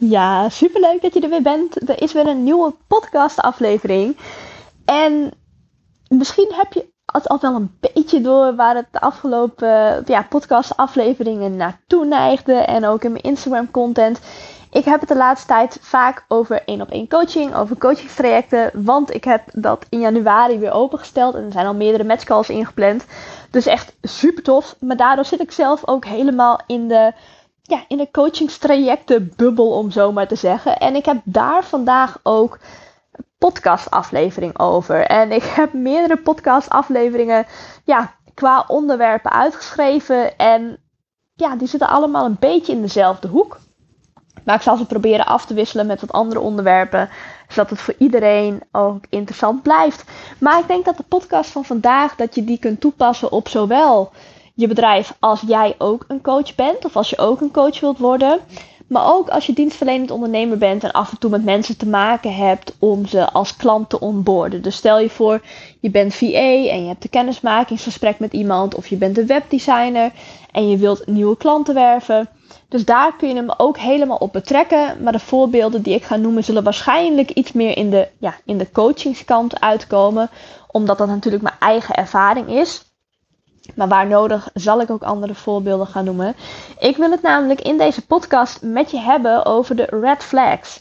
Ja, superleuk dat je er weer bent. Er is weer een nieuwe podcastaflevering. En misschien heb je het al wel een beetje door waar het de afgelopen podcastafleveringen naartoe neigde. En ook in mijn Instagram content. Ik heb het de laatste tijd vaak over 1-op-1 coaching, over coachingstrajecten. Want ik heb dat in januari weer opengesteld. En er zijn al meerdere matchcalls ingepland. Dus echt super tof. Maar daardoor zit ik zelf ook helemaal in de coachingstrajectenbubbel, om zo maar te zeggen. En ik heb daar vandaag ook een podcastaflevering over. En ik heb meerdere podcastafleveringen qua onderwerpen uitgeschreven. En ja, die zitten allemaal een beetje in dezelfde hoek. Maar ik zal ze proberen af te wisselen met wat andere onderwerpen. Zodat het voor iedereen ook interessant blijft. Maar ik denk dat de podcast van vandaag, dat je die kunt toepassen op zowel je bedrijf als jij ook een coach bent. Of als je ook een coach wilt worden. Maar ook als je dienstverlenend ondernemer bent en af en toe met mensen te maken hebt om ze als klant te onboarden. Dus stel je voor, je bent VA en je hebt een kennismakingsgesprek met iemand. Of je bent een webdesigner en je wilt nieuwe klanten werven. Dus daar kun je hem ook helemaal op betrekken. Maar de voorbeelden die ik ga noemen zullen waarschijnlijk iets meer in de coachingskant uitkomen. Omdat dat natuurlijk mijn eigen ervaring is. Maar waar nodig zal ik ook andere voorbeelden gaan noemen. Ik wil het namelijk in deze podcast met je hebben over de red flags.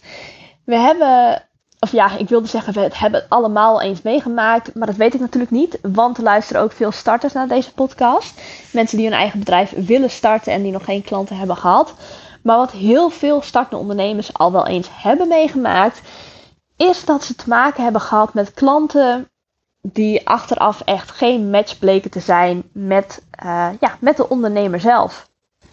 Ik wilde zeggen, we hebben het allemaal eens meegemaakt. Maar dat weet ik natuurlijk niet. Want er luisteren ook veel starters naar deze podcast. Mensen die hun eigen bedrijf willen starten en die nog geen klanten hebben gehad. Maar wat heel veel startende ondernemers al wel eens hebben meegemaakt, is dat ze te maken hebben gehad met klanten die achteraf echt geen match bleken te zijn met de ondernemer zelf.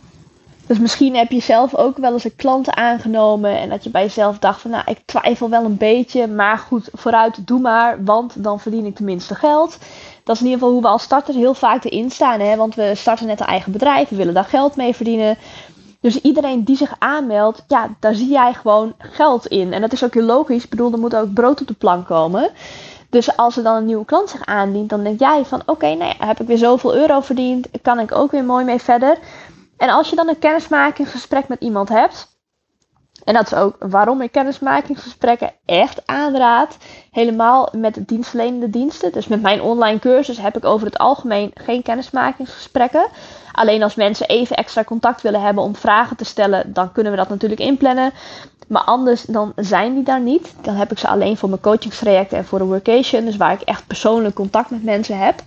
Dus misschien heb je zelf ook wel eens een klant aangenomen en dat je bij jezelf dacht van, ik twijfel wel een beetje, maar goed, vooruit, doe maar, want dan verdien ik tenminste geld. Dat is in ieder geval hoe we als starters heel vaak erin staan, hè? Want we starten net een eigen bedrijf, we willen daar geld mee verdienen. Dus iedereen die zich aanmeldt, daar zie jij gewoon geld in. En dat is ook heel logisch, ik bedoel, er moet ook brood op de plank komen. Dus als er dan een nieuwe klant zich aandient, dan denk jij van oké, heb ik weer zoveel euro verdiend, kan ik ook weer mooi mee verder. En als je dan een kennismakingsgesprek met iemand hebt, en dat is ook waarom ik kennismakingsgesprekken echt aanraad, helemaal met dienstverlenende diensten. Dus met mijn online cursus heb ik over het algemeen geen kennismakingsgesprekken. Alleen als mensen even extra contact willen hebben om vragen te stellen, dan kunnen we dat natuurlijk inplannen. Maar anders dan zijn die daar niet. Dan heb ik ze alleen voor mijn coachingstrajecten en voor de workation. Dus waar ik echt persoonlijk contact met mensen heb.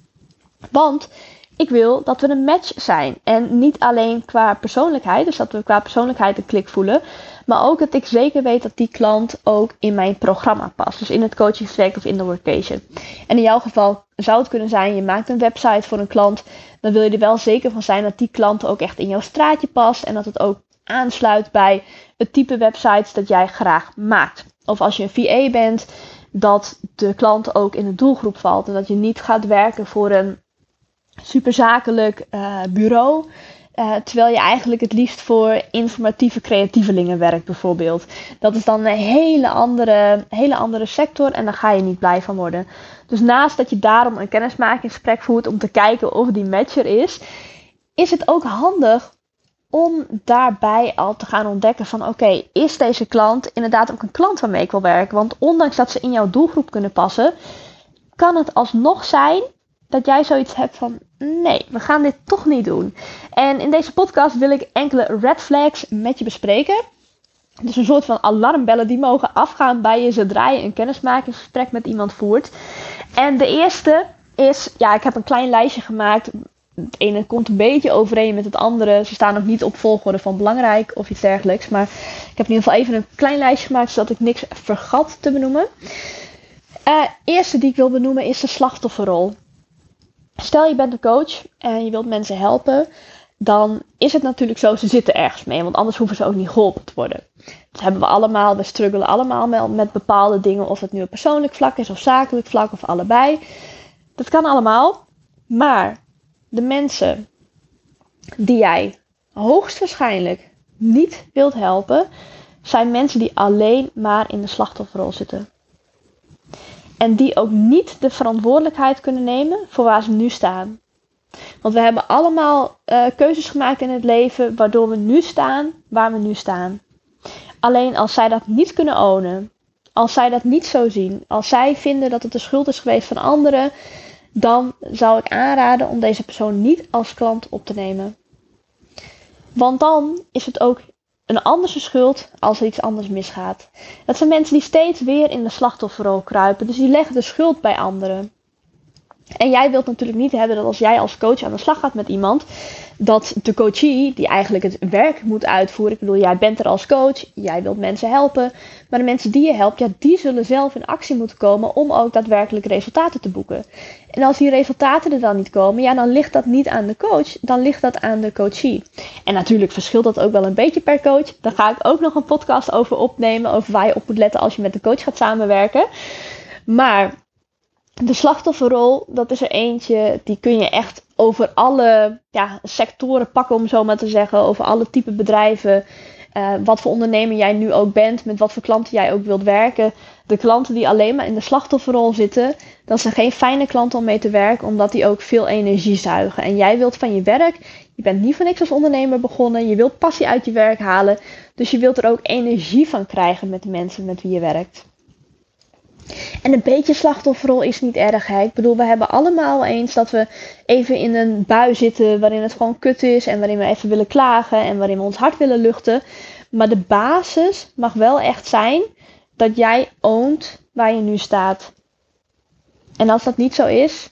Want ik wil dat we een match zijn. En niet alleen qua persoonlijkheid. Dus dat we qua persoonlijkheid een klik voelen. Maar ook dat ik zeker weet dat die klant ook in mijn programma past. Dus in het coachingstraject of in de workation. En in jouw geval zou het kunnen zijn, je maakt een website voor een klant. Dan wil je er wel zeker van zijn dat die klant ook echt in jouw straatje past. En dat het ook aansluit bij het type websites dat jij graag maakt. Of als je een VA bent, dat de klant ook in de doelgroep valt. En dat je niet gaat werken voor een superzakelijk bureau. Terwijl je eigenlijk het liefst voor informatieve creatievelingen werkt bijvoorbeeld. Dat is dan een hele andere sector en daar ga je niet blij van worden. Dus naast dat je daarom een kennismakingsgesprek voert om te kijken of die matcher is het ook handig om daarbij al te gaan ontdekken van oké, is deze klant inderdaad ook een klant waarmee ik wil werken? Want ondanks dat ze in jouw doelgroep kunnen passen, kan het alsnog zijn dat jij zoiets hebt van nee, we gaan dit toch niet doen. En in deze podcast wil ik enkele red flags met je bespreken. Dus een soort van alarmbellen die mogen afgaan bij je zodra je een kennismakingsgesprek met iemand voert. En de eerste is, ik heb een klein lijstje gemaakt. Het ene komt een beetje overeen met het andere. Ze staan ook niet op volgorde van belangrijk of iets dergelijks. Maar ik heb in ieder geval even een klein lijstje gemaakt zodat ik niks vergat te benoemen. Eerste die ik wil benoemen is de slachtofferrol. Stel je bent een coach en je wilt mensen helpen, dan is het natuurlijk zo, ze zitten ergens mee. Want anders hoeven ze ook niet geholpen te worden. Dat hebben we allemaal, we struggelen allemaal met bepaalde dingen. Of het nu op persoonlijk vlak is of zakelijk vlak of allebei. Dat kan allemaal. Maar de mensen die jij hoogstwaarschijnlijk niet wilt helpen, zijn mensen die alleen maar in de slachtofferrol zitten. En die ook niet de verantwoordelijkheid kunnen nemen voor waar ze nu staan. Want we hebben allemaal keuzes gemaakt in het leven waardoor we nu staan waar we nu staan. Alleen als zij dat niet kunnen ownen, als zij dat niet zo zien, als zij vinden dat het de schuld is geweest van anderen, dan zou ik aanraden om deze persoon niet als klant op te nemen. Want dan is het ook een andere schuld als er iets anders misgaat. Dat zijn mensen die steeds weer in de slachtofferrol kruipen. Dus die leggen de schuld bij anderen. En jij wilt natuurlijk niet hebben dat als jij als coach aan de slag gaat met iemand, dat de coachee, die eigenlijk het werk moet uitvoeren, ik bedoel, jij bent er als coach, jij wilt mensen helpen, maar de mensen die je helpt, ja, die zullen zelf in actie moeten komen om ook daadwerkelijk resultaten te boeken. En als die resultaten er dan niet komen, ja, dan ligt dat niet aan de coach, dan ligt dat aan de coachee. En natuurlijk verschilt dat ook wel een beetje per coach. Daar ga ik ook nog een podcast over opnemen, over waar je op moet letten als je met de coach gaat samenwerken. Maar de slachtofferrol, dat is er eentje, die kun je echt over alle sectoren pakken, om zo maar te zeggen. Over alle type bedrijven, wat voor ondernemer jij nu ook bent, met wat voor klanten jij ook wilt werken. De klanten die alleen maar in de slachtofferrol zitten, dat zijn geen fijne klanten om mee te werken, omdat die ook veel energie zuigen. En jij wilt van je werk, je bent niet voor niks als ondernemer begonnen, je wilt passie uit je werk halen. Dus je wilt er ook energie van krijgen met de mensen met wie je werkt. En een beetje slachtofferrol is niet erg. Hè? Ik bedoel, we hebben allemaal eens dat we even in een bui zitten waarin het gewoon kut is en waarin we even willen klagen en waarin we ons hart willen luchten. Maar de basis mag wel echt zijn dat jij oont waar je nu staat. En als dat niet zo is,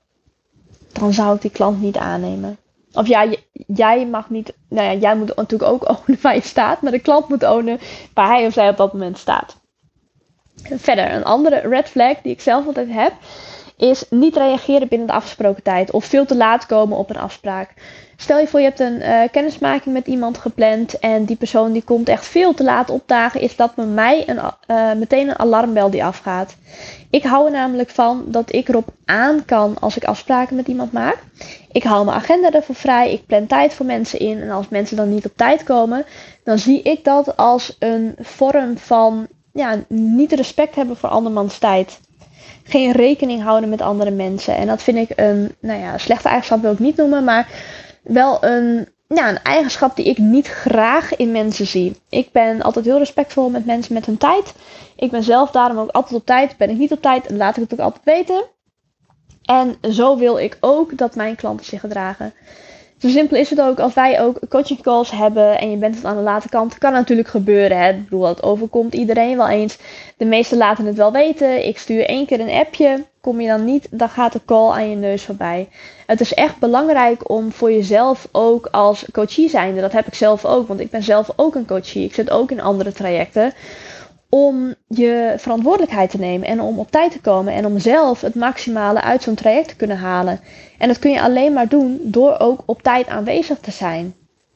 dan zou ik die klant niet aannemen. Of ja, jij mag niet, jij moet natuurlijk ook ownen waar je staat, maar de klant moet ownen waar hij of zij op dat moment staat. Verder, een andere red flag die ik zelf altijd heb, is niet reageren binnen de afgesproken tijd of veel te laat komen op een afspraak. Stel je voor, je hebt een kennismaking met iemand gepland en die persoon die komt echt veel te laat opdagen, is dat bij mij meteen een alarmbel die afgaat. Ik hou er namelijk van dat ik erop aan kan als ik afspraken met iemand maak. Ik hou mijn agenda ervoor vrij, ik plan tijd voor mensen in en als mensen dan niet op tijd komen, dan zie ik dat als een vorm van niet respect hebben voor andermans tijd. Geen rekening houden met andere mensen. En dat vind ik een slechte eigenschap, wil ik niet noemen, maar wel een eigenschap die ik niet graag in mensen zie. Ik ben altijd heel respectvol met mensen met hun tijd. Ik ben zelf daarom ook altijd op tijd. Ben ik niet op tijd, laat ik het ook altijd weten. En zo wil ik ook dat mijn klanten zich gedragen. Zo simpel is het ook, als wij ook coaching calls hebben en je bent het aan de late kant, kan natuurlijk gebeuren. Hè? Ik bedoel, dat overkomt iedereen wel eens. De meesten laten het wel weten. Ik stuur 1 keer een appje. Kom je dan niet, dan gaat de call aan je neus voorbij. Het is echt belangrijk om voor jezelf ook als coachie zijnde, dat heb ik zelf ook, want ik ben zelf ook een coachie. Ik zit ook in andere trajecten. Om je verantwoordelijkheid te nemen en om op tijd te komen en om zelf het maximale uit zo'n traject te kunnen halen. En dat kun je alleen maar doen door ook op tijd aanwezig te zijn.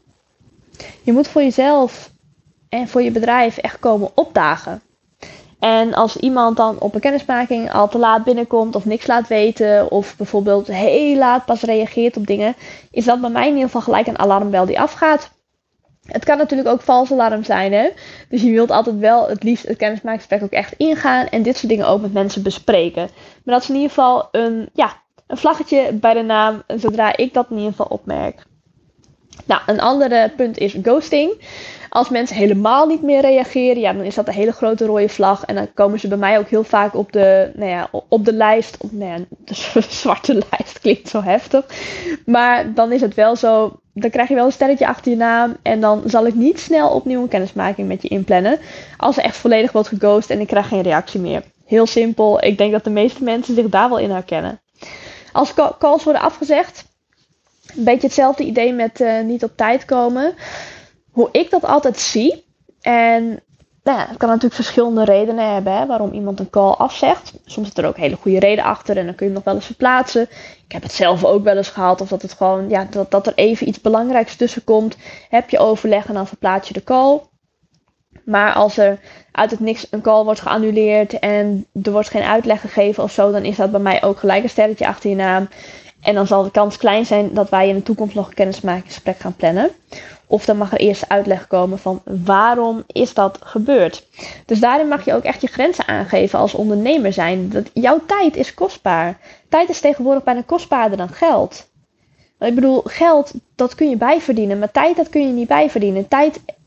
Je moet voor jezelf en voor je bedrijf echt komen opdagen. En als iemand dan op een kennismaking al te laat binnenkomt of niks laat weten of bijvoorbeeld heel laat pas reageert op dingen, is dat bij mij in ieder geval gelijk een alarmbel die afgaat. Het kan natuurlijk ook vals alarm zijn, hè. Dus je wilt altijd wel het liefst het kennismakingsgesprek ook echt ingaan en dit soort dingen ook met mensen bespreken. Maar dat is in ieder geval een vlaggetje bij de naam, zodra ik dat in ieder geval opmerk. Nou, een andere punt is ghosting. Als mensen helemaal niet meer reageren, dan is dat een hele grote rode vlag. En dan komen ze bij mij ook heel vaak op de lijst. De zwarte lijst klinkt zo heftig. Maar dan is het wel zo, dan krijg je wel een sterretje achter je naam. En dan zal ik niet snel opnieuw een kennismaking met je inplannen. Als er echt volledig wordt geghost en ik krijg geen reactie meer. Heel simpel, ik denk dat de meeste mensen zich daar wel in herkennen. Als calls worden afgezegd, een beetje hetzelfde idee met niet op tijd komen. Hoe ik dat altijd zie. En het kan natuurlijk verschillende redenen hebben, hè, waarom iemand een call afzegt. Soms zit er ook een hele goede reden achter en dan kun je hem nog wel eens verplaatsen. Ik heb het zelf ook wel eens gehad. Of dat het gewoon, dat er even iets belangrijks tussen komt. Heb je overleg en dan verplaats je de call. Maar als er uit het niks een call wordt geannuleerd en er wordt geen uitleg gegeven of zo, dan is dat bij mij ook gelijk een sterretje achter je naam. En dan zal de kans klein zijn dat wij in de toekomst nog een kennismakingsgesprek gaan plannen. Of dan mag er eerst uitleg komen van waarom is dat gebeurd. Dus daarin mag je ook echt je grenzen aangeven als ondernemer zijn. Dat jouw tijd is kostbaar. Tijd is tegenwoordig bijna kostbaarder dan geld. Ik bedoel, geld dat kun je bijverdienen, maar tijd dat kun je niet bijverdienen. Tijd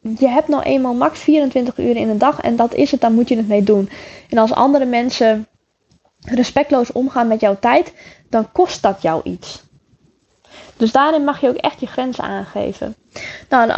je hebt nou eenmaal max 24 uur in een dag en dat is het, daar moet je het mee doen. En als andere mensen respectloos omgaan met jouw tijd, dan kost dat jou iets. Dus daarin mag je ook echt je grenzen aangeven. Nou,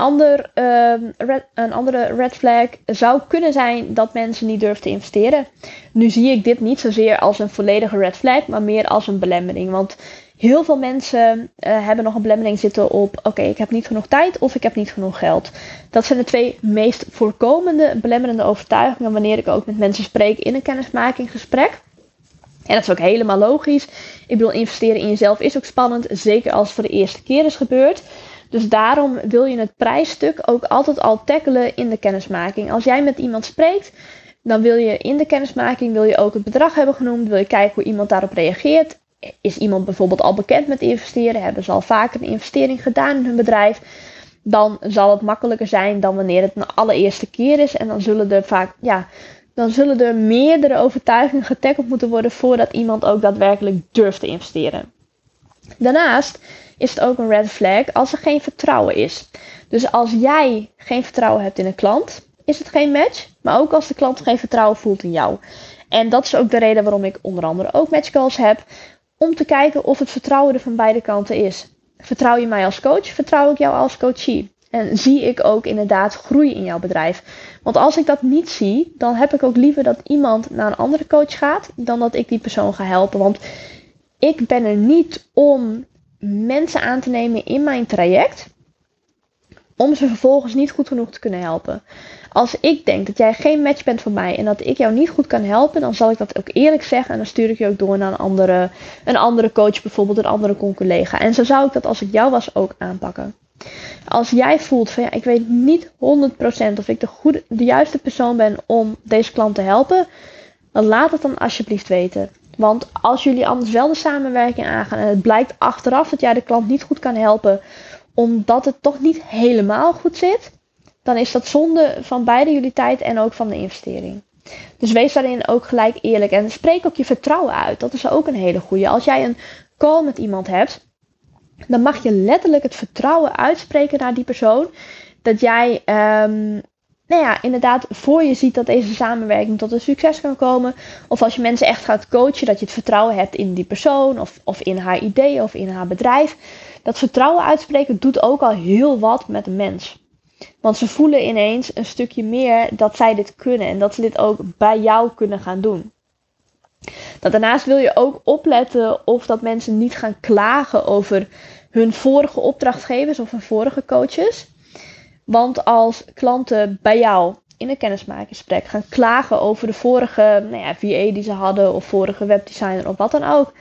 een andere red flag zou kunnen zijn dat mensen niet durven te investeren. Nu zie ik dit niet zozeer als een volledige red flag, maar meer als een belemmering. Want heel veel mensen hebben nog een belemmering zitten op, oké, ik heb niet genoeg tijd of ik heb niet genoeg geld. Dat zijn de twee meest voorkomende belemmerende overtuigingen wanneer ik ook met mensen spreek in een kennismakingsgesprek. En dat is ook helemaal logisch. Ik bedoel, investeren in jezelf is ook spannend. Zeker als het voor de eerste keer is gebeurd. Dus daarom wil je het prijsstuk ook altijd al tackelen in de kennismaking. Als jij met iemand spreekt, dan wil je in de kennismaking ook het bedrag hebben genoemd. Wil je kijken hoe iemand daarop reageert. Is iemand bijvoorbeeld al bekend met investeren? Hebben ze al vaker een investering gedaan in hun bedrijf? Dan zal het makkelijker zijn dan wanneer het een allereerste keer is. En dan zullen er meerdere overtuigingen getackeld moeten worden voordat iemand ook daadwerkelijk durft te investeren. Daarnaast is het ook een red flag als er geen vertrouwen is. Dus als jij geen vertrouwen hebt in een klant, is het geen match. Maar ook als de klant geen vertrouwen voelt in jou. En dat is ook de reden waarom ik onder andere ook matchcalls heb. Om te kijken of het vertrouwen er van beide kanten is. Vertrouw je mij als coach? Vertrouw ik jou als coachie? En zie ik ook inderdaad groei in jouw bedrijf? Want als ik dat niet zie, dan heb ik ook liever dat iemand naar een andere coach gaat, dan dat ik die persoon ga helpen. Want ik ben er niet om mensen aan te nemen in mijn traject, om ze vervolgens niet goed genoeg te kunnen helpen. Als ik denk dat jij geen match bent voor mij en dat ik jou niet goed kan helpen, dan zal ik dat ook eerlijk zeggen en dan stuur ik je ook door naar een andere coach, bijvoorbeeld een andere collega. En zo zou ik dat als ik jou was ook aanpakken. Als jij voelt van ik weet niet 100% of ik de juiste persoon ben om deze klant te helpen, dan laat het dan alsjeblieft weten. Want als jullie anders wel de samenwerking aangaan en het blijkt achteraf dat jij de klant niet goed kan helpen, omdat het toch niet helemaal goed zit, dan is dat zonde van beide jullie tijd en ook van de investering. Dus wees daarin ook gelijk eerlijk en spreek ook je vertrouwen uit. Dat is ook een hele goeie. Als jij een call met iemand hebt, dan mag je letterlijk het vertrouwen uitspreken naar die persoon. Dat jij inderdaad voor je ziet dat deze samenwerking tot een succes kan komen. Of als je mensen echt gaat coachen, dat je het vertrouwen hebt in die persoon. Of in haar ideeën of in haar bedrijf. Dat vertrouwen uitspreken doet ook al heel wat met een mens. Want ze voelen ineens een stukje meer dat zij dit kunnen. En dat ze dit ook bij jou kunnen gaan doen. Daarnaast wil je ook opletten of dat mensen niet gaan klagen over hun vorige opdrachtgevers of hun vorige coaches. Want als klanten bij jou in een kennismakingsgesprek gaan klagen over de vorige VA die ze hadden of vorige webdesigner of wat dan ook.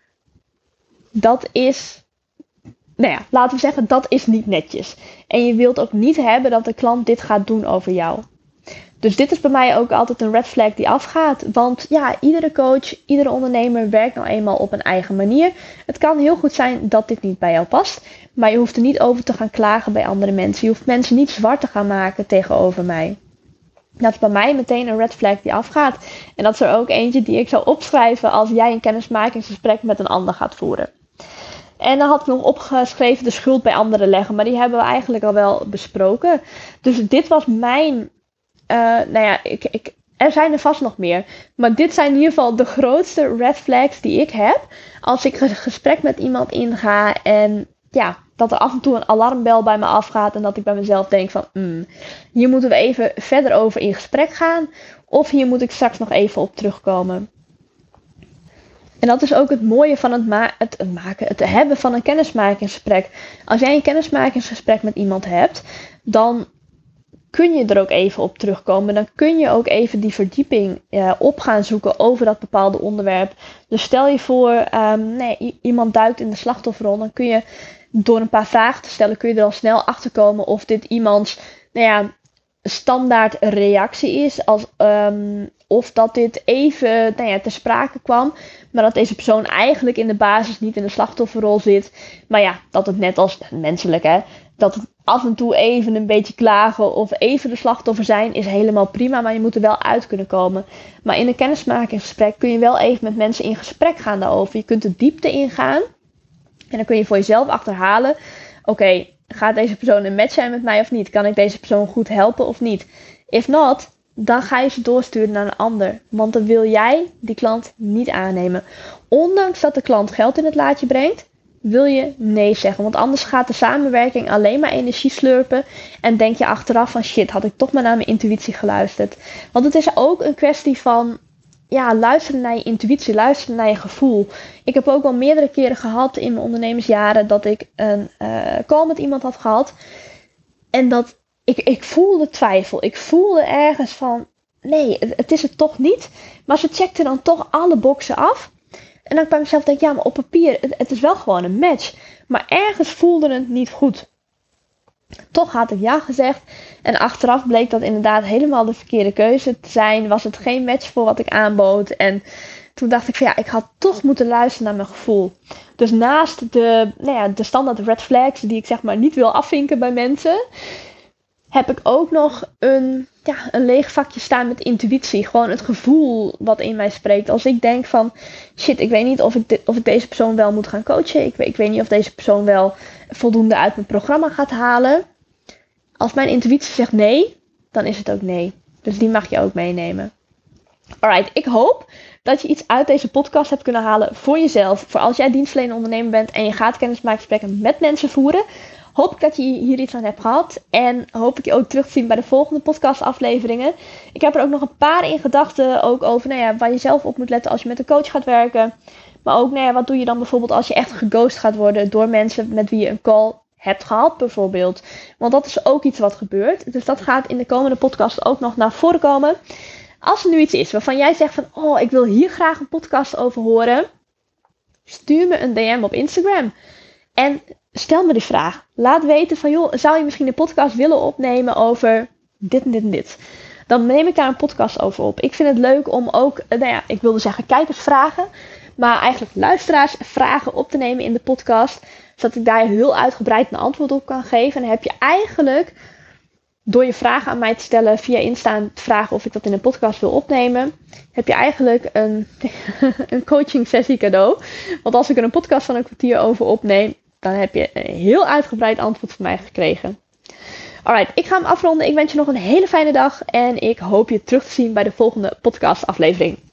Dat is, laten we zeggen, dat is niet netjes. En je wilt ook niet hebben dat de klant dit gaat doen over jou. Dus dit is bij mij ook altijd een red flag die afgaat. Want iedere coach, iedere ondernemer werkt nou eenmaal op een eigen manier. Het kan heel goed zijn dat dit niet bij jou past. Maar je hoeft er niet over te gaan klagen bij andere mensen. Je hoeft mensen niet zwart te gaan maken tegenover mij. Dat is bij mij meteen een red flag die afgaat. En dat is er ook eentje die ik zou opschrijven als jij een kennismakingsgesprek met een ander gaat voeren. En dan had ik nog opgeschreven de schuld bij anderen leggen. Maar die hebben we eigenlijk al wel besproken. Dus dit was mijn... er zijn er vast nog meer. Maar dit zijn in ieder geval de grootste red flags die ik heb. Als ik een gesprek met iemand inga. En dat er af en toe een alarmbel bij me afgaat. En dat ik bij mezelf denk van... hier moeten we even verder over in gesprek gaan. Of hier moet ik straks nog even op terugkomen. En dat is ook het mooie van het hebben van een kennismakingsgesprek. Als jij een kennismakingsgesprek met iemand hebt, dan kun je er ook even op terugkomen. Dan kun je ook even die verdieping op gaan zoeken over dat bepaalde onderwerp. Dus stel je voor, iemand duikt in de slachtofferrol. Dan kun je door een paar vragen te stellen, kun je er al snel achter komen of dit iemands standaard reactie is. Of dat dit even ter sprake kwam. Maar dat deze persoon eigenlijk in de basis niet in de slachtofferrol zit. Maar dat het net als menselijk dat het af en toe even een beetje klagen of even de slachtoffer zijn is helemaal prima. Maar je moet er wel uit kunnen komen. Maar in een kennismakingsgesprek kun je wel even met mensen in gesprek gaan daarover. Je kunt de diepte ingaan. En dan kun je voor jezelf achterhalen. Oké, gaat deze persoon een match zijn met mij of niet? Kan ik deze persoon goed helpen of niet? If not, dan ga je ze doorsturen naar een ander. Want dan wil jij die klant niet aannemen. Ondanks dat de klant geld in het laadje brengt, wil je nee zeggen. Want anders gaat de samenwerking alleen maar energie slurpen. En denk je achteraf van shit, had ik toch maar naar mijn intuïtie geluisterd. Want het is ook een kwestie van luisteren naar je intuïtie, luisteren naar je gevoel. Ik heb ook al meerdere keren gehad in mijn ondernemersjaren dat ik een call met iemand had gehad. En dat ik voelde twijfel. Ik voelde ergens van, nee, het is het toch niet. Maar ze checkte dan toch alle boxen af. En dan bij mezelf denk ik, ja, maar op papier, het is wel gewoon een match. Maar ergens voelde het niet goed. Toch had ik ja gezegd. En achteraf bleek dat inderdaad helemaal de verkeerde keuze te zijn. Was het geen match voor wat ik aanbood. En toen dacht ik van ik had toch moeten luisteren naar mijn gevoel. Dus naast de standaard red flags die ik zeg maar niet wil afvinken bij mensen, heb ik ook nog een leeg vakje staan met intuïtie. Gewoon het gevoel wat in mij spreekt. Als ik denk van, shit, ik weet niet of ik deze persoon wel moet gaan coachen. Ik weet niet of deze persoon wel voldoende uit mijn programma gaat halen. Als mijn intuïtie zegt nee, dan is het ook nee. Dus die mag je ook meenemen. Alright, ik hoop dat je iets uit deze podcast hebt kunnen halen voor jezelf. Voor als jij dienstverlenend ondernemer bent en je gaat kennismakingsgesprekken met mensen voeren. Hoop ik dat je hier iets aan hebt gehad. En hoop ik je ook terug te zien bij de volgende podcastafleveringen. Ik heb er ook nog een paar in gedachten. Ook over waar je zelf op moet letten als je met een coach gaat werken. Maar ook wat doe je dan bijvoorbeeld als je echt geghost gaat worden door mensen met wie je een call hebt gehad bijvoorbeeld. Want dat is ook iets wat gebeurt. Dus dat gaat in de komende podcast ook nog naar voren komen. Als er nu iets is waarvan jij zegt van, ik wil hier graag een podcast over horen. Stuur me een DM op Instagram. En stel me die vraag. Laat weten van, zou je misschien een podcast willen opnemen over dit en dit en dit. Dan neem ik daar een podcast over op. Ik vind het leuk om ook, ik wilde zeggen kijkersvragen. Maar eigenlijk luisteraarsvragen op te nemen in de podcast. Zodat ik daar heel uitgebreid een antwoord op kan geven. En dan heb je eigenlijk, door je vragen aan mij te stellen via Insta te vragen of ik dat in een podcast wil opnemen, heb je eigenlijk een coaching sessie cadeau. Want als ik er een podcast van een kwartier over opneem, dan heb je een heel uitgebreid antwoord van mij gekregen. Alright, ik ga hem afronden. Ik wens je nog een hele fijne dag. En ik hoop je terug te zien bij de volgende podcast aflevering.